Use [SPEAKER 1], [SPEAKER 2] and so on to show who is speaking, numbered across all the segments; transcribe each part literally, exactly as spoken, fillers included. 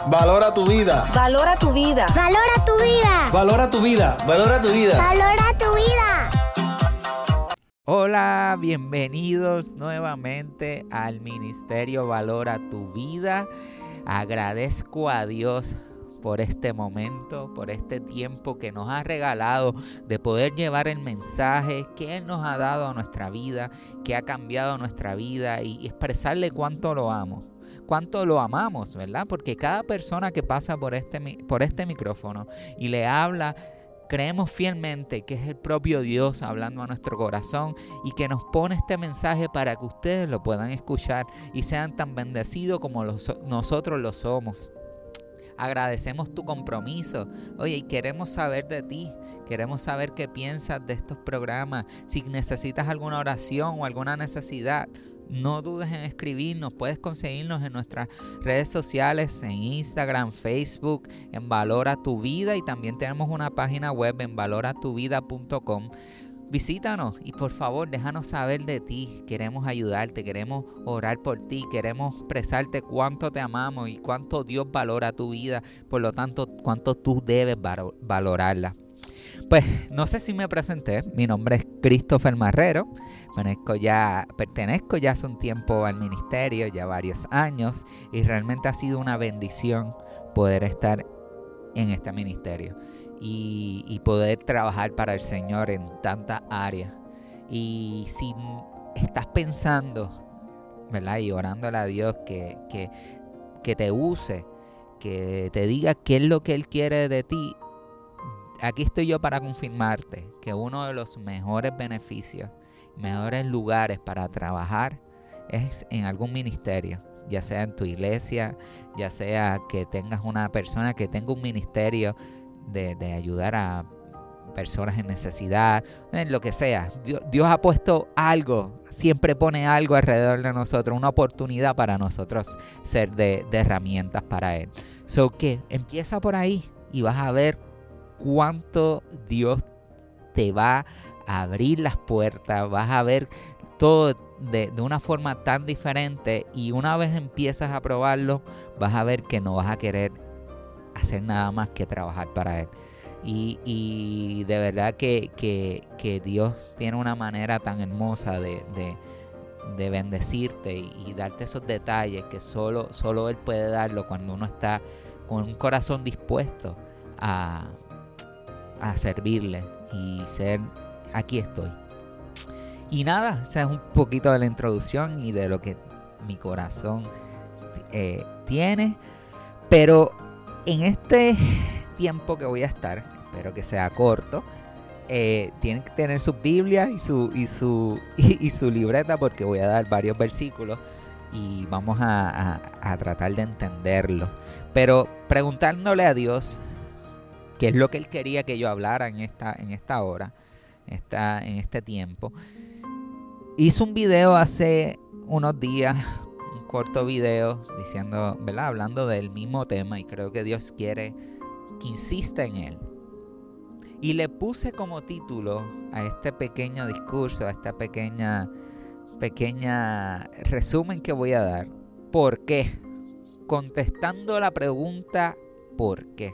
[SPEAKER 1] Valora tu vida.
[SPEAKER 2] Valora tu vida.
[SPEAKER 3] Valora tu vida.
[SPEAKER 1] Valora tu vida. Valora tu vida.
[SPEAKER 3] Valora tu vida.
[SPEAKER 4] Hola, bienvenidos nuevamente al Ministerio Valora tu Vida. Agradezco a Dios por este momento, por este tiempo que nos ha regalado de poder llevar el mensaje que Él nos ha dado a nuestra vida, que ha cambiado nuestra vida y expresarle cuánto lo amo. Cuánto lo amamos, ¿verdad? Porque cada persona que pasa por este, por este micrófono y le habla, creemos fielmente que es el propio Dios hablando a nuestro corazón y que nos pone este mensaje para que ustedes lo puedan escuchar y sean tan bendecidos como los, nosotros lo somos. Agradecemos tu compromiso. Oye, y queremos saber de ti. Queremos saber qué piensas de estos programas. Si necesitas alguna oración o alguna necesidad, no dudes en escribirnos. Puedes conseguirnos en nuestras redes sociales, en Instagram, Facebook, en Valora tu Vida, y también tenemos una página web en valora tu vida punto com. Visítanos y por favor déjanos saber de ti. Queremos ayudarte, queremos orar por ti, queremos expresarte cuánto te amamos y cuánto Dios valora tu vida, por lo tanto cuánto tú debes valorarla. Pues no sé si me presenté. Mi nombre es Christopher Marrero. Pertenezco ya, pertenezco ya hace un tiempo al ministerio, ya varios años, y realmente ha sido una bendición poder estar en este ministerio y, y poder trabajar para el Señor en tantas áreas. Y si estás pensando, ¿verdad?, y orándole a Dios que, que, que te use, que te diga qué es lo que Él quiere de ti, aquí estoy yo para confirmarte que uno de los mejores beneficios, mejores lugares para trabajar es en algún ministerio, ya sea en tu iglesia, ya sea que tengas una persona que tenga un ministerio de, de ayudar a personas en necesidad, en lo que sea. Dios, Dios ha puesto algo, siempre pone algo alrededor de nosotros, una oportunidad para nosotros ser de, de herramientas para Él. So que empieza por ahí y vas a ver cuánto Dios te va a abrir las puertas, vas a ver todo de, de una forma tan diferente, y una vez empiezas a probarlo, vas a ver que no vas a querer hacer nada más que trabajar para Él. Y, y de verdad que, que, que Dios tiene una manera tan hermosa de, de, de bendecirte y, y darte esos detalles que solo, solo Él puede darlo cuando uno está con un corazón dispuesto a a servirle y ser aquí estoy. Y nada, esa es un poquito de la introducción y de lo que mi corazón eh, tiene. Pero en este tiempo que voy a estar, espero que sea corto, eh, tienen que tener sus Biblias y su, y, su, y, y su libreta, porque voy a dar varios versículos y vamos a, a, a tratar de entenderlo. Pero preguntándole a Dios qué es lo que Él quería que yo hablara en esta, en esta hora, esta, en este tiempo. Hice un video hace unos días, un corto video, diciendo, ¿verdad?, hablando del mismo tema, y creo que Dios quiere que insista en él. Y le puse como título a este pequeño discurso, a esta pequeña, pequeña resumen que voy a dar, ¿por qué? Contestando la pregunta ¿por qué?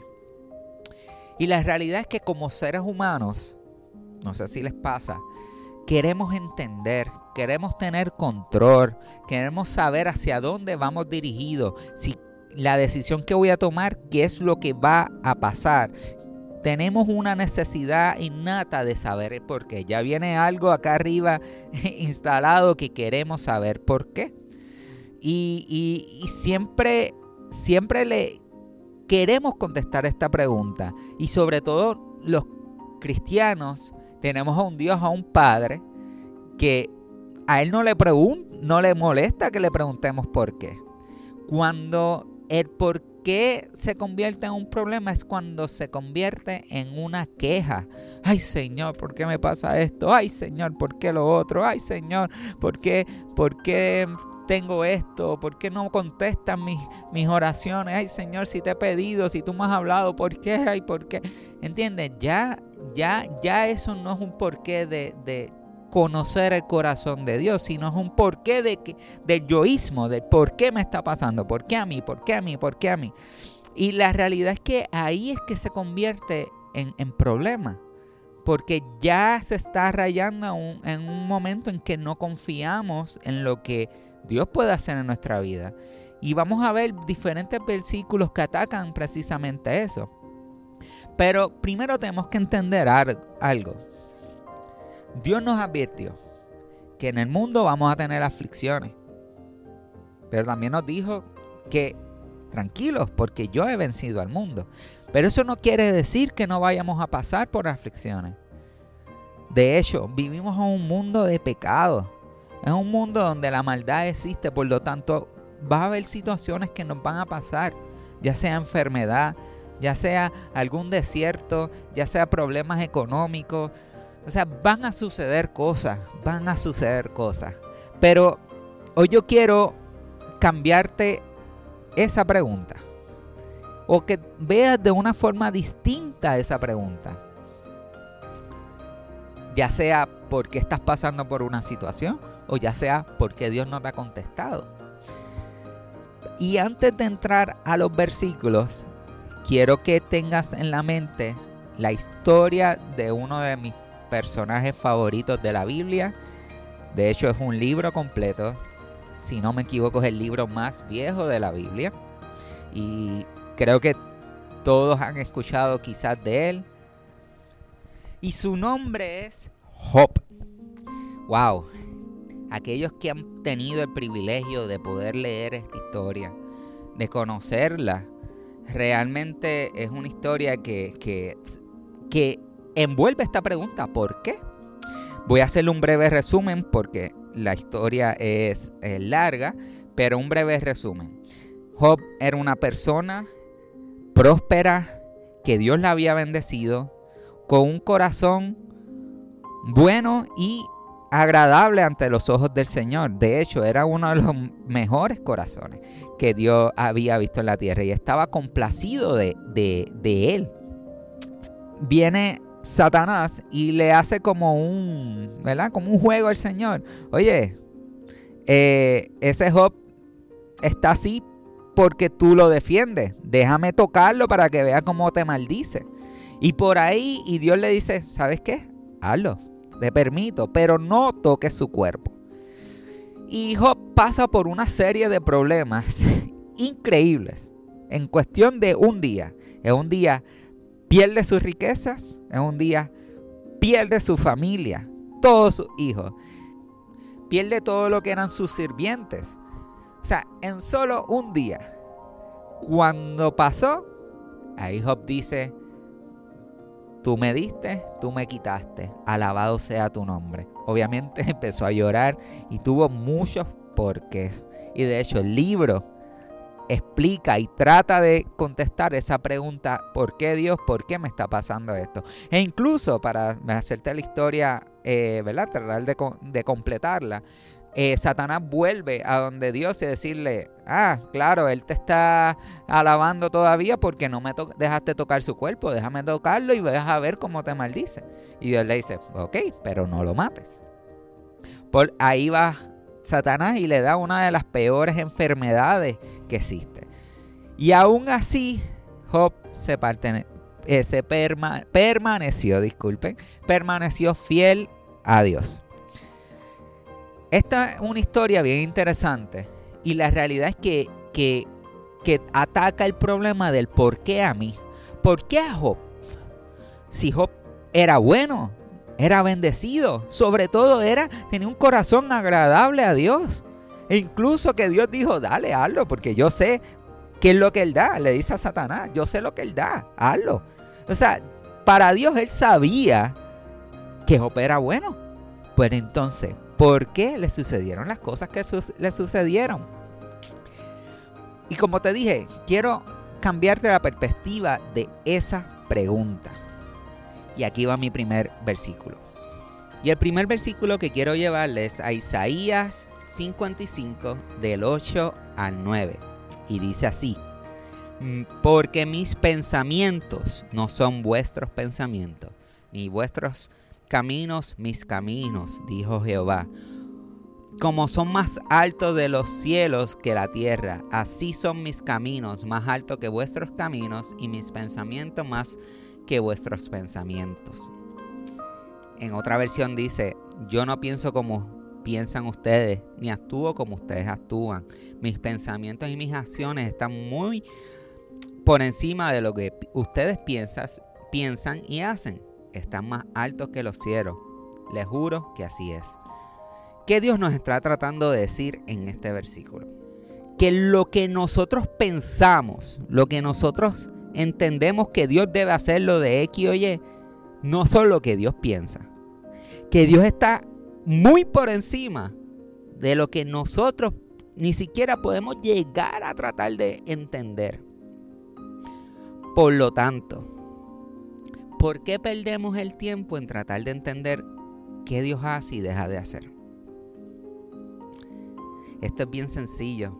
[SPEAKER 4] Y la realidad es que como seres humanos, no sé si les pasa, queremos entender, queremos tener control, queremos saber hacia dónde vamos dirigidos, si la decisión que voy a tomar, qué es lo que va a pasar. Tenemos una necesidad innata de saber el por qué. Ya viene algo acá arriba instalado que queremos saber por qué. Y, y, y siempre, siempre le... queremos contestar esta pregunta, y sobre todo los cristianos tenemos a un Dios, a un Padre, que a Él no le pregun- no le molesta que le preguntemos por qué. Cuando el por qué se convierte en un problema es cuando se convierte en una queja. Ay, Señor, ¿por qué me pasa esto? Ay, Señor, ¿por qué lo otro? Ay, Señor, ¿por qué, por qué tengo esto? ¿Por qué no contestan mis, mis oraciones? Ay, Señor, si te he pedido, si tú me has hablado, ¿por qué? Ay, ¿por qué? ¿Entiendes? Ya, ya, ya eso no es un porqué de, de conocer el corazón de Dios, sino es un porqué de que, del yoísmo, del por qué me está pasando, por qué a mí, por qué a mí, por qué a mí. Y la realidad es que ahí es que se convierte en, en problema. Porque ya se está rayando un, en un momento en que no confiamos en lo que Dios puede hacer en nuestra vida. Y vamos a ver diferentes versículos que atacan precisamente eso. Pero primero tenemos que entender algo. Dios nos advirtió que en el mundo vamos a tener aflicciones. Pero también nos dijo que tranquilos, porque yo he vencido al mundo. Pero eso no quiere decir que no vayamos a pasar por aflicciones. De hecho, vivimos en un mundo de pecado. Es un mundo donde la maldad existe, por lo tanto, va a haber situaciones que nos van a pasar, ya sea enfermedad, ya sea algún desierto, ya sea problemas económicos. O sea, van a suceder cosas, van a suceder cosas. Pero hoy yo quiero cambiarte esa pregunta, o que veas de una forma distinta esa pregunta. Ya sea porque estás pasando por una situación, o ya sea porque Dios no te ha contestado. Y antes de entrar a los versículos, quiero que tengas en la mente la historia de uno de mis personajes favoritos de la Biblia. De hecho, es un libro completo. Si no me equivoco, es el libro más viejo de la Biblia. Y creo que todos han escuchado quizás de él. Y su nombre es Job. Wow. Aquellos que han tenido el privilegio de poder leer esta historia, de conocerla, realmente es una historia que, que, que envuelve esta pregunta: ¿por qué? Voy a hacerle un breve resumen porque la historia es, es larga, pero un breve resumen. Job era una persona próspera, que Dios la había bendecido, con un corazón bueno y agradable ante los ojos del Señor. De hecho, era uno de los mejores corazones que Dios había visto en la tierra y estaba complacido de, de, de él. Viene Satanás y le hace como un, ¿verdad? Como un juego al Señor. Oye, eh, ese Job está así porque tú lo defiendes. Déjame tocarlo para que vea cómo te maldice. Y por ahí, y Dios le dice, ¿sabes qué? Hazlo, te permito, pero no toques su cuerpo. Y Job pasa por una serie de problemas increíbles en cuestión de un día. En un día pierde sus riquezas, en un día pierde su familia, todos sus hijos, pierde todo lo que eran sus sirvientes. O sea, en solo un día. Cuando pasó, ahí Job dice, tú me diste, tú me quitaste, alabado sea tu nombre. Obviamente empezó a llorar y tuvo muchos porqués. Y de hecho el libro explica y trata de contestar esa pregunta: ¿por qué Dios? ¿Por qué me está pasando esto? E incluso para hacerte la historia, eh, ¿verdad? Tratar de, de completarla, eh, Satanás vuelve a donde Dios y decirle, ah, claro, Él te está alabando todavía porque no me to- dejaste tocar su cuerpo, déjame tocarlo y vas a ver cómo te maldice. Y Dios le dice, ok, pero no lo mates. Por ahí va Satanás y le da una de las peores enfermedades que existe. Y aún así, Job se, partene- eh, se perma- permaneció, disculpen, permaneció fiel a Dios. Esta es una historia bien interesante y la realidad es que, que, que ataca el problema del por qué a mí. ¿Por qué a Job? Si Job era bueno, era bendecido, sobre todo era, tenía un corazón agradable a Dios. E incluso que Dios dijo, dale, hazlo, porque yo sé qué es lo que Él da. Le dice a Satanás, yo sé lo que Él da, hazlo. O sea, para Dios Él sabía que Job era bueno. Pues entonces, ¿por qué le sucedieron las cosas que su- le sucedieron? Y como te dije, quiero cambiarte la perspectiva de esa pregunta. Y aquí va mi primer versículo. Y el primer versículo que quiero llevarles a Isaías cincuenta y cinco, del ocho al nueve. Y dice así: porque mis pensamientos no son vuestros pensamientos, ni vuestros caminos mis caminos, dijo Jehová. como son más altos de los cielos que la tierra, así son mis caminos más altos que vuestros caminos y mis pensamientos más que vuestros pensamientos. En otra versión dice, yo no pienso como piensan ustedes, ni actúo como ustedes actúan. Mis pensamientos y mis acciones están muy por encima de lo que ustedes piensan, piensan y hacen. Están más altos que los cielos. Les juro que así es. ¿Qué Dios nos está tratando de decir en este versículo? Que lo que nosotros pensamos, lo que nosotros entendemos que Dios debe hacer, lo de X o Y, no son lo que Dios piensa. Que Dios está muy por encima de lo que nosotros ni siquiera podemos llegar a tratar de entender. Por lo tanto, ¿por qué perdemos el tiempo en tratar de entender qué Dios hace y deja de hacer? Esto es bien sencillo.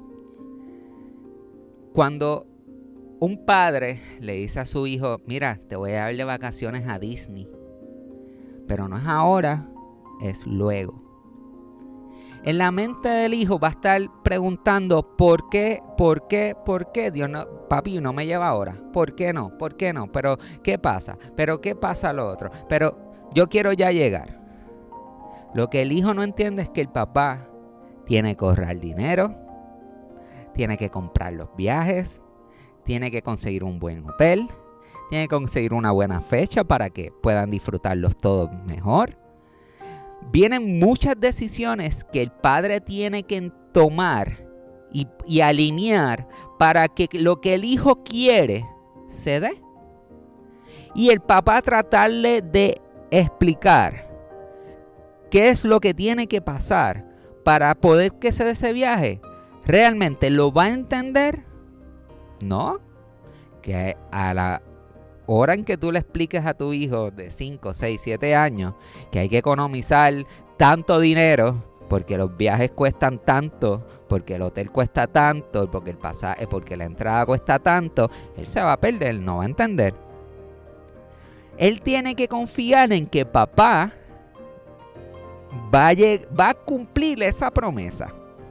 [SPEAKER 4] Cuando un padre le dice a su hijo, mira, te voy a dar de vacaciones a Disney, pero no es ahora, es luego. En la mente del hijo va a estar preguntando, ¿por qué? ¿Por qué? ¿Por qué? Dios no, papi, no me lleva ahora. ¿Por qué no? ¿Por qué no? Pero, ¿qué pasa? ¿Pero qué pasa lo otro? Pero yo quiero ya llegar. Lo que el hijo no entiende es que el papá tiene que ahorrar dinero, tiene que comprar los viajes, tiene que conseguir un buen hotel, tiene que conseguir una buena fecha para que puedan disfrutarlos todos mejor. Vienen muchas decisiones que el padre tiene que tomar y, y alinear para que lo que el hijo quiere se dé. Y el papá tratarle de explicar qué es lo que tiene que pasar para poder que se dé ese viaje. ¿Realmente lo va a entender? No. Que a la hora en que tú le expliques a tu hijo de cinco, seis, siete años que hay que economizar tanto dinero porque los viajes cuestan tanto, porque el hotel cuesta tanto, porque el pasaje, porque la entrada cuesta tanto, él se va a perder, no va a entender. Él tiene que confiar en que papá va a, lleg- va a cumplir esa promesa.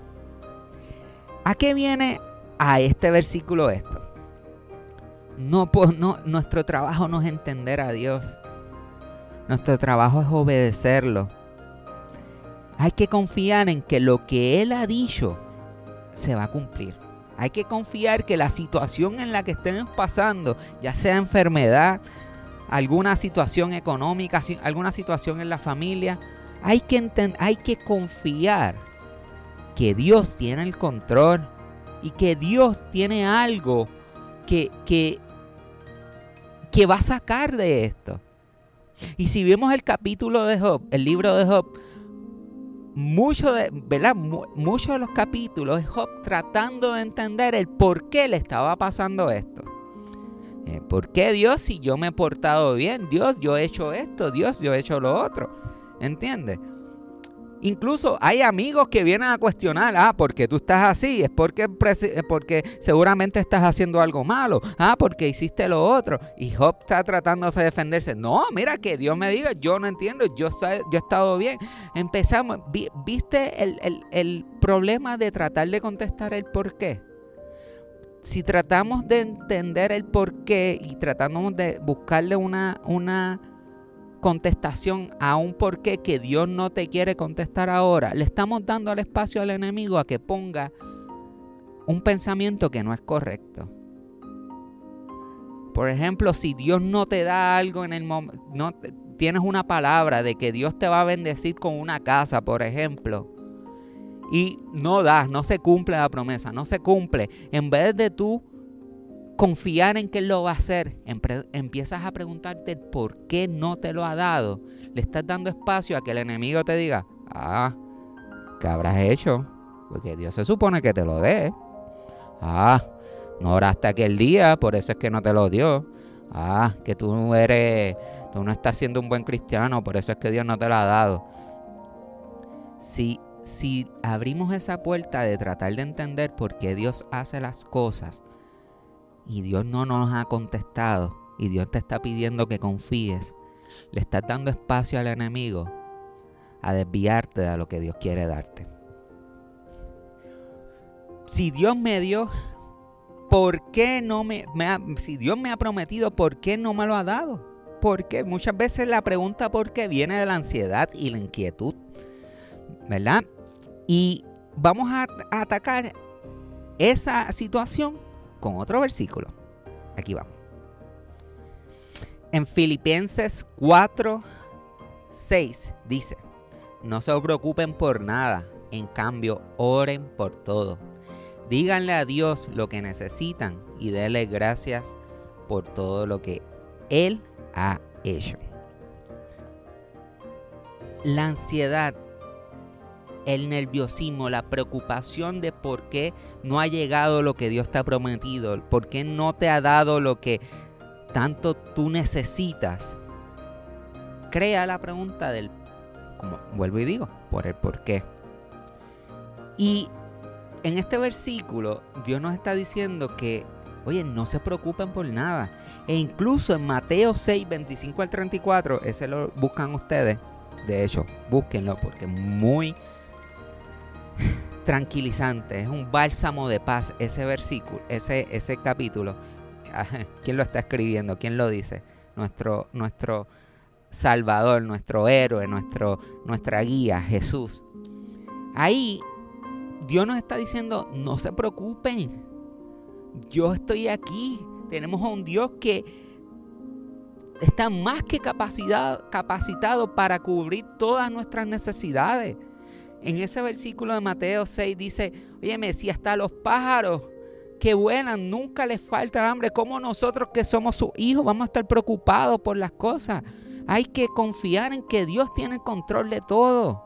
[SPEAKER 4] ¿A qué viene a este versículo esto? No, pues, no, nuestro trabajo no es entender a Dios. Nuestro trabajo es obedecerlo. Hay que confiar en que lo que Él ha dicho se va a cumplir. Hay que confiar que la situación en la que estemos pasando, ya sea enfermedad, alguna situación económica, alguna situación en la familia, hay que, enten- hay que confiar que Dios tiene el control y que Dios tiene algo que, que, que va a sacar de esto. Y si vemos el capítulo de Job, el libro de Job, mucho de, ¿verdad? Muchos de los capítulos es Job tratando de entender el por qué le estaba pasando esto. Eh, ¿Por qué Dios, si yo me he portado bien? Dios, yo he hecho esto. Dios, yo he hecho lo otro. ¿Entiendes? Incluso hay amigos que vienen a cuestionar, ah, porque tú estás así, es porque, porque seguramente estás haciendo algo malo, ah, porque hiciste lo otro. Y Job está tratando de defenderse. No, mira, que Dios me diga, yo no entiendo, yo, yo he estado bien. Empezamos, ¿viste el, el, el problema de tratar de contestar el por qué? Si tratamos de entender el por qué y tratamos de buscarle una... una contestación a un porqué que Dios no te quiere contestar ahora, le estamos dando el espacio al enemigo a que ponga un pensamiento que no es correcto. Por ejemplo, si Dios no te da algo en el momento, no tienes una palabra de que Dios te va a bendecir con una casa, por ejemplo, y no das, no se cumple la promesa, no se cumple, en vez de tú confiar en que Él lo va a hacer, empiezas a preguntarte por qué no te lo ha dado. Le estás dando espacio a que el enemigo te diga, ah, ¿qué habrás hecho? Porque Dios se supone que te lo dé. Ah, no oraste aquel día, por eso es que no te lo dio. Ah, que tú eres, tú no estás siendo un buen cristiano, por eso es que Dios no te lo ha dado. Si, si abrimos esa puerta de tratar de entender por qué Dios hace las cosas, y Dios no nos ha contestado, y Dios te está pidiendo que confíes, le estás dando espacio al enemigo a desviarte de lo que Dios quiere darte. si Dios me dio, ¿por qué no me, me ha, si Dios me ha prometido, ¿por qué no me lo ha dado? Porque muchas veces la pregunta ¿por qué? Viene de la ansiedad y la inquietud, ¿verdad? Y vamos a, a atacar esa situación con otro versículo. Aquí vamos. En Filipenses cuatro, seis dice: no se preocupen por nada, en cambio oren por todo. Díganle a Dios lo que necesitan y denle gracias por todo lo que Él ha hecho. La ansiedad, el nerviosismo, la preocupación de por qué no ha llegado lo que Dios te ha prometido, por qué no te ha dado lo que tanto tú necesitas, crea la pregunta del, como vuelvo y digo, por el por qué. Y en este versículo Dios nos está diciendo que, oye, no se preocupen por nada. E incluso en Mateo seis, veinticinco al treinta y cuatro, ese lo buscan ustedes. De hecho, búsquenlo porque es muy tranquilizante. Es un bálsamo de paz ese versículo, ese, ese capítulo. ¿Quién lo está escribiendo? ¿Quién lo dice? Nuestro, nuestro Salvador, nuestro héroe, nuestro, nuestra guía, Jesús. Ahí Dios nos está diciendo, no se preocupen. Yo estoy aquí. Tenemos a un Dios que está más que capacitado, capacitado para cubrir todas nuestras necesidades. En ese versículo de Mateo seis dice, óyeme, si hasta los pájaros que vuelan nunca les falta hambre, ¿cómo nosotros que somos sus hijos vamos a estar preocupados por las cosas? Hay que confiar en que Dios tiene el control de todo.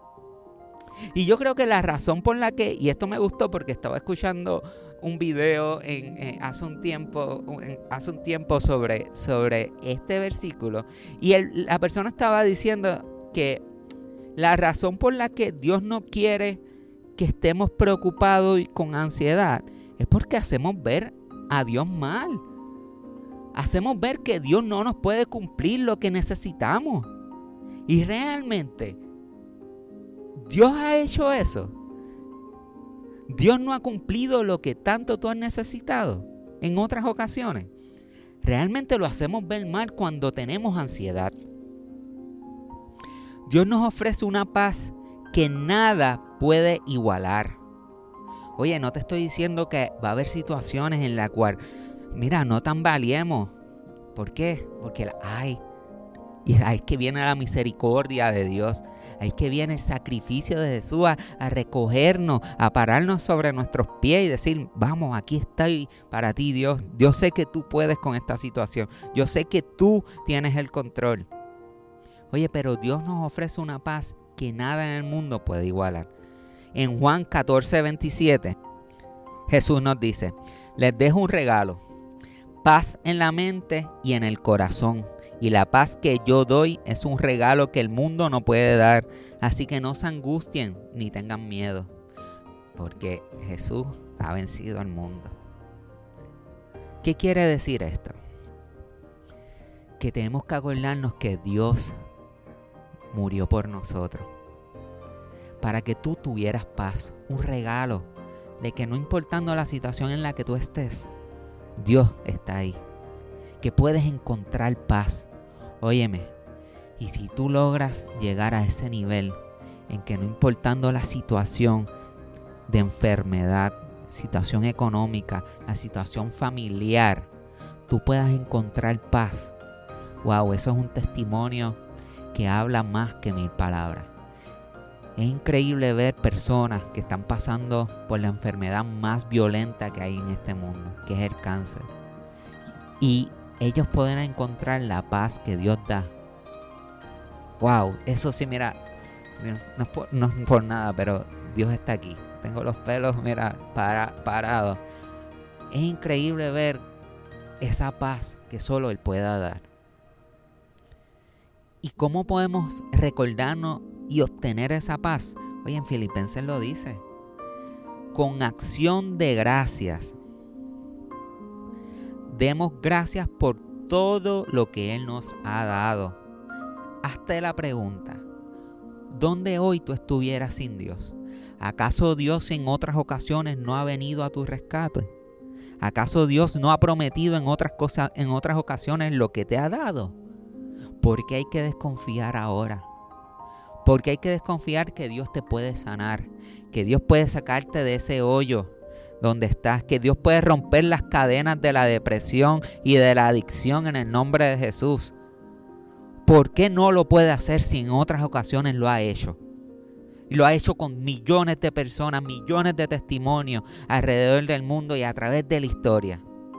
[SPEAKER 4] Y yo creo que la razón por la que, y esto me gustó porque estaba escuchando un video en, en, hace un tiempo, en, hace un tiempo sobre, sobre este versículo, y el, la persona estaba diciendo que la razón por la que Dios no quiere que estemos preocupados y con ansiedad es porque hacemos ver a Dios mal. Hacemos ver que Dios no nos puede cumplir lo que necesitamos. Y realmente Dios ha hecho eso. Dios no ha cumplido lo que tanto tú has necesitado en otras ocasiones. Realmente lo hacemos ver mal cuando tenemos ansiedad. Dios nos ofrece una paz que nada puede igualar. Oye, no te estoy diciendo que va a haber situaciones en las cuales, mira, no tambaleemos. ¿Por qué? Porque la hay. Y ahí es que viene la misericordia de Dios. Ahí es que viene el sacrificio de Jesús a, a recogernos, a pararnos sobre nuestros pies y decir, vamos, aquí estoy para ti, Dios. Yo sé que tú puedes con esta situación. Yo sé que tú tienes el control. Oye, pero Dios nos ofrece una paz que nada en el mundo puede igualar. En Juan catorce, veintisiete, Jesús nos dice, les dejo un regalo, paz en la mente y en el corazón. Y la paz que yo doy es un regalo que el mundo no puede dar. Así que no se angustien ni tengan miedo, porque Jesús ha vencido al mundo. ¿Qué quiere decir esto? Que tenemos que acordarnos que Dios murió por nosotros, para que tú tuvieras paz, un regalo de que no importando la situación en la que tú estés, Dios está ahí. Que puedes encontrar paz. Óyeme, y si tú logras llegar a ese nivel en que no importando la situación de enfermedad, situación económica, la situación familiar, tú puedas encontrar paz. Wow, eso es un testimonio que habla más que mil palabras. Es increíble ver personas que están pasando por la enfermedad más violenta que hay en este mundo, que es el cáncer. Y ellos pueden encontrar la paz que Dios da. Wow, eso sí, mira, no es por, no es por nada, pero Dios está aquí. Tengo los pelos, mira, para, parados. Es increíble ver esa paz que solo Él pueda dar. ¿Y cómo podemos recordarnos y obtener esa paz? Oye, en Filipenses lo dice. Con acción de gracias. Demos gracias por todo lo que Él nos ha dado. Hazte la pregunta, ¿dónde hoy tú estuvieras sin Dios? ¿Acaso Dios en otras ocasiones no ha venido a tu rescate? ¿Acaso Dios no ha prometido en otras cosas, en otras ocasiones lo que te ha dado? ¿Por qué hay que desconfiar ahora? Porque hay que desconfiar que Dios te puede sanar, que Dios puede sacarte de ese hoyo donde estás, que Dios puede romper las cadenas de la depresión y de la adicción en el nombre de Jesús. ¿Por qué no lo puede hacer si en otras ocasiones lo ha hecho? Y lo ha hecho con millones de personas, millones de testimonios alrededor del mundo y a través de la historia.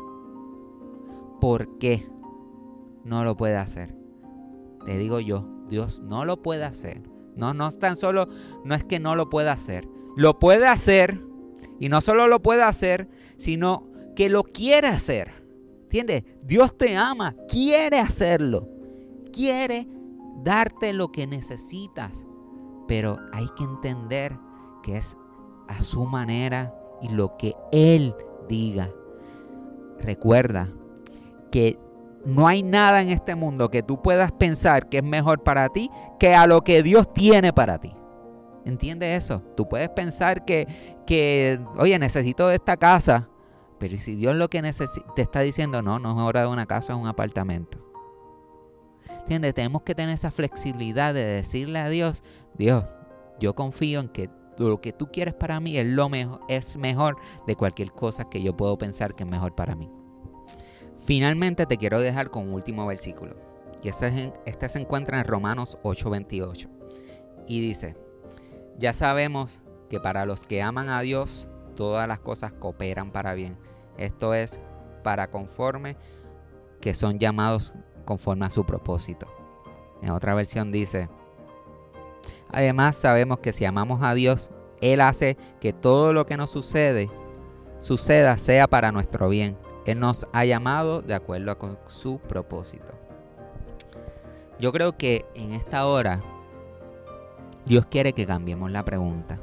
[SPEAKER 4] ¿Por qué no lo puede hacer? Te digo yo, Dios no lo puede hacer. No, no es tan solo, no es que no lo pueda hacer. Lo puede hacer, y no solo lo puede hacer, sino que lo quiere hacer. ¿Entiendes? Dios te ama, quiere hacerlo. Quiere darte lo que necesitas. Pero hay que entender que es a su manera y lo que Él diga. Recuerda que no hay nada en este mundo que tú puedas pensar que es mejor para ti que a lo que Dios tiene para ti. ¿Entiendes eso? Tú puedes pensar que, que oye, necesito esta casa. Pero si Dios lo que necesi- te está diciendo, no, no es hora de una casa, es un apartamento. ¿Entiendes? Tenemos que tener esa flexibilidad de decirle a Dios, Dios, yo confío en que lo que tú quieres para mí es, lo mejor, es mejor de cualquier cosa que yo puedo pensar que es mejor para mí. Finalmente te quiero dejar con un último versículo. Y este, este se encuentra en Romanos ocho veintiocho. Y dice, ya sabemos que para los que aman a Dios, todas las cosas cooperan para bien. Esto es, para conforme que son llamados conforme a su propósito. En otra versión dice, además sabemos que si amamos a Dios, Él hace que todo lo que nos sucede, suceda sea para nuestro bien. Él nos ha llamado de acuerdo con su propósito. Yo creo que en esta hora Dios quiere que cambiemos la pregunta.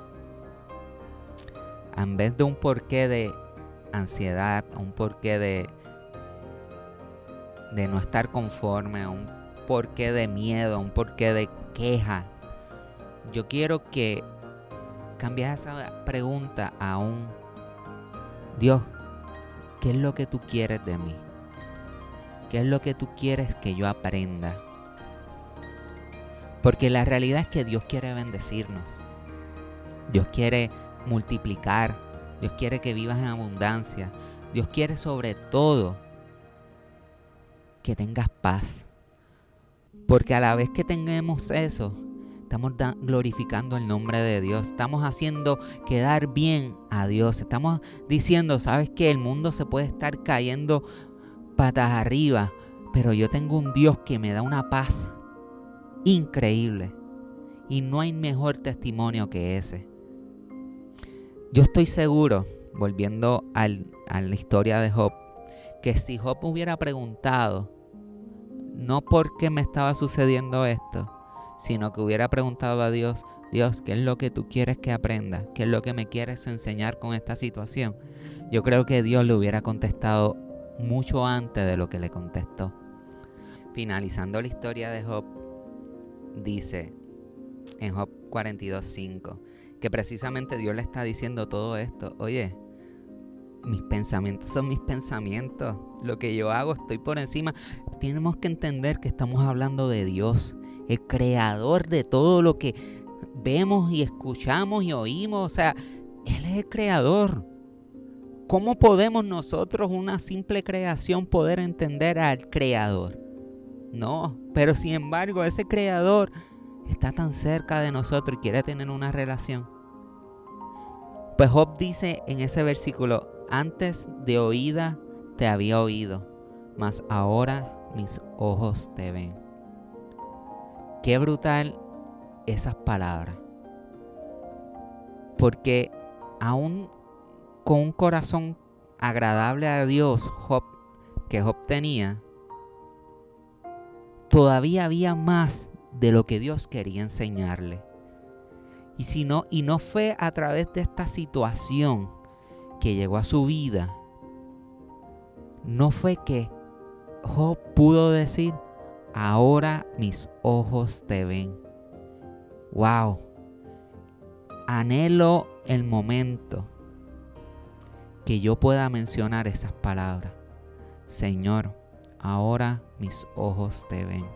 [SPEAKER 4] En vez de un porqué de ansiedad, un porqué de, de no estar conforme, un porqué de miedo, un porqué de queja, yo quiero que cambies esa pregunta a un Dios, ¿qué es lo que tú quieres de mí? ¿Qué es lo que tú quieres que yo aprenda? Porque la realidad es que Dios quiere bendecirnos. Dios quiere multiplicar. Dios quiere que vivas en abundancia. Dios quiere sobre todo que tengas paz. Porque a la vez que tengamos eso, estamos da- glorificando el nombre de Dios. Estamos haciendo quedar bien a Dios. Estamos diciendo, ¿sabes qué? El mundo se puede estar cayendo patas arriba, pero yo tengo un Dios que me da una paz increíble. Y no hay mejor testimonio que ese. Yo estoy seguro, volviendo al, a la historia de Job, que si Job hubiera preguntado, no por qué me estaba sucediendo esto, sino que hubiera preguntado a Dios, Dios, ¿qué es lo que tú quieres que aprenda? ¿Qué es lo que me quieres enseñar con esta situación? Yo creo que Dios le hubiera contestado mucho antes de lo que le contestó. Finalizando la historia de Job, dice en Job cuarenta y dos cinco, que precisamente Dios le está diciendo todo esto. Oye, mis pensamientos son mis pensamientos. Lo que yo hago, estoy por encima. Tenemos que entender que estamos hablando de Dios, el creador de todo lo que vemos y escuchamos y oímos. O sea, Él es el creador. ¿Cómo podemos nosotros, una simple creación, poder entender al creador? No, pero sin embargo, ese creador está tan cerca de nosotros y quiere tener una relación. Pues Job dice en ese versículo, antes de oída te había oído, mas ahora mis ojos te ven. Qué brutal esas palabras. Porque aún con un corazón agradable a Dios, Job, que Job tenía, todavía había más de lo que Dios quería enseñarle. Y, si no, y no fue a través de esta situación que llegó a su vida, no fue que Job pudo decir, ahora mis ojos te ven. Wow. anhelo el momento que yo pueda mencionar esas palabras. Señor, ahora mis ojos te ven.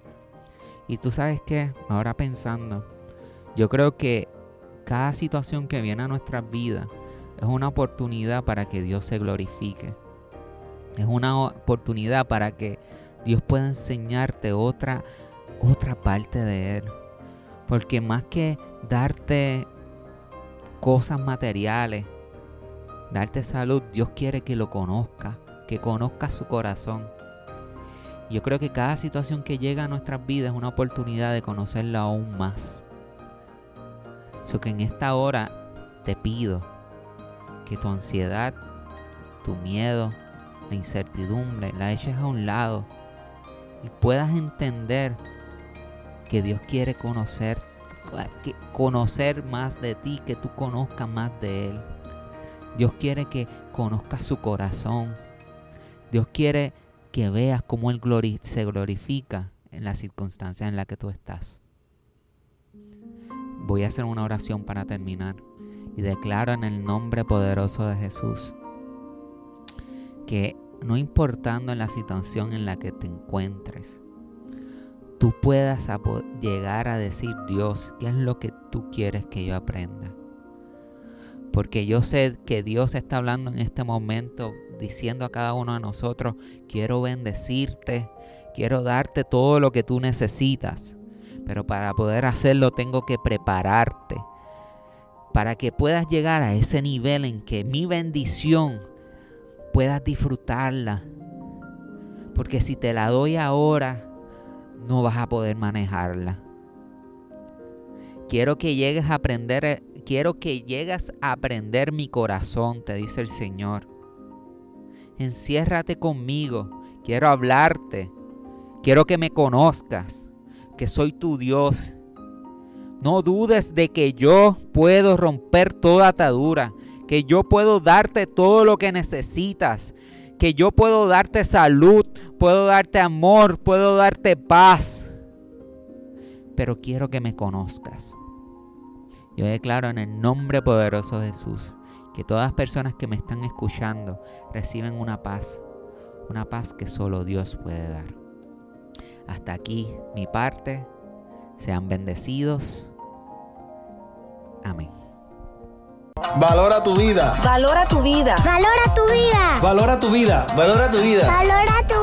[SPEAKER 4] Y tú sabes qué, ahora pensando, yo creo que cada situación que viene a nuestras vidas es una oportunidad para que Dios se glorifique. Es una oportunidad para que Dios pueda enseñarte otra, otra parte de Él. Porque más que darte cosas materiales, darte salud, Dios quiere que lo conozcas, que conozcas su corazón. Yo creo que cada situación que llega a nuestras vidas es una oportunidad de conocerlo aún más. So que en esta hora te pido que tu ansiedad, tu miedo, la incertidumbre, la eches a un lado y puedas entender que Dios quiere conocer, que conocer más de ti, que tú conozcas más de Él. Dios quiere que conozcas su corazón. Dios quiere que veas cómo Él glori- se glorifica en las circunstancias en las que tú estás. Voy a hacer una oración para terminar y declaro en el nombre poderoso de Jesús que no importando en la situación en la que te encuentres, tú puedas llegar a decir: Dios, ¿qué es lo que tú quieres que yo aprenda? Porque yo sé que Dios está hablando en este momento, diciendo a cada uno de nosotros: quiero bendecirte, quiero darte todo lo que tú necesitas. Pero para poder hacerlo tengo que prepararte, para que puedas llegar a ese nivel en que mi bendición puedas disfrutarla. Porque si te la doy ahora, no vas a poder manejarla. Quiero que llegues a aprender, quiero que llegues a aprender mi corazón, te dice el Señor. Enciérrate conmigo, quiero hablarte, quiero que me conozcas, que soy tu Dios. No dudes de que yo puedo romper toda atadura, que yo puedo darte todo lo que necesitas, que yo puedo darte salud, puedo darte amor, puedo darte paz. Pero quiero que me conozcas. Yo declaro en el nombre poderoso de Jesús que todas las personas que me están escuchando reciben una paz, una paz que solo Dios puede dar. Hasta aquí mi parte. Sean bendecidos. Amén.
[SPEAKER 1] Valora tu vida.
[SPEAKER 2] Valora tu vida.
[SPEAKER 3] Valora tu vida.
[SPEAKER 1] Valora tu vida. Valora tu vida.
[SPEAKER 3] Valora tu